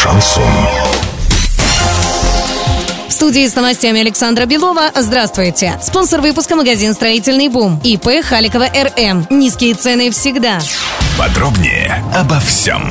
Шансон. В студии с новостями Александра Белова. Здравствуйте. Спонсор выпуска — магазин «Строительный бум». ИП Халикова РМ. Низкие цены всегда. Подробнее обо всем.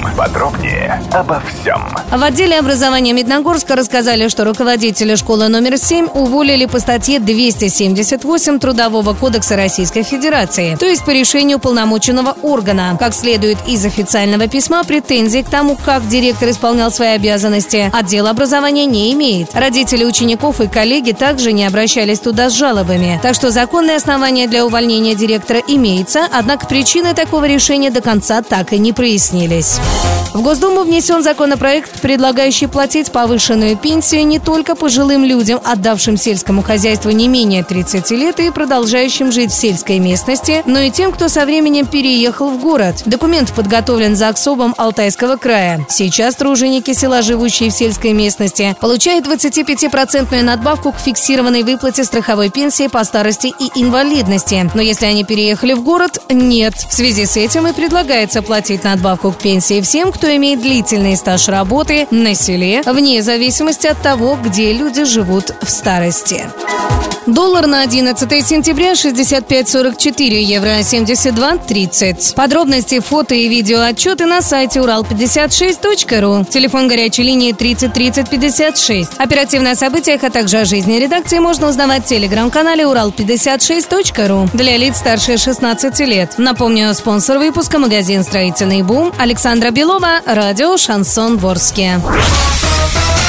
В отделе образования Медногорска рассказали, что руководителя школы номер 7 уволили по статье 278 Трудового кодекса Российской Федерации, то есть по решению уполномоченного органа. Как следует из официального письма, претензий к тому, как директор исполнял свои обязанности, отдел образования не имеет. Родители учеников и коллеги также не обращались туда с жалобами. Так что законное основание для увольнения директора имеется, однако причины такого решения до конца так и не прояснились. В Госдуму внесен законопроект, предлагающий платить повышенную пенсию не только пожилым людям, отдавшим сельскому хозяйству не менее 30 лет и продолжающим жить в сельской местности, но и тем, кто со временем переехал в город. Документ подготовлен Заксобом Алтайского края. Сейчас труженики села, живущие в сельской местности, получают 25% надбавку к фиксированной выплате страховой пенсии по старости и инвалидности. Но если они переехали в город, нет. В связи с этим и предлагается платить надбавку к пенсии всем, кто имеет длительный стаж работы на селе, вне зависимости от того, где люди живут в старости. Доллар на 11 сентября 65.44, евро 72.30. Подробности, фото и видео отчеты на сайте урал56.ру. Телефон горячей линии 30 30 56. Оперативно о событиях, а также о жизни редакции можно узнавать в телеграм-канале урал56.ру для лиц старше 16 лет. Напомню, спонсор выпуска — магазин «Строительный бум». Александра Белова, радио «Шансон Ворске».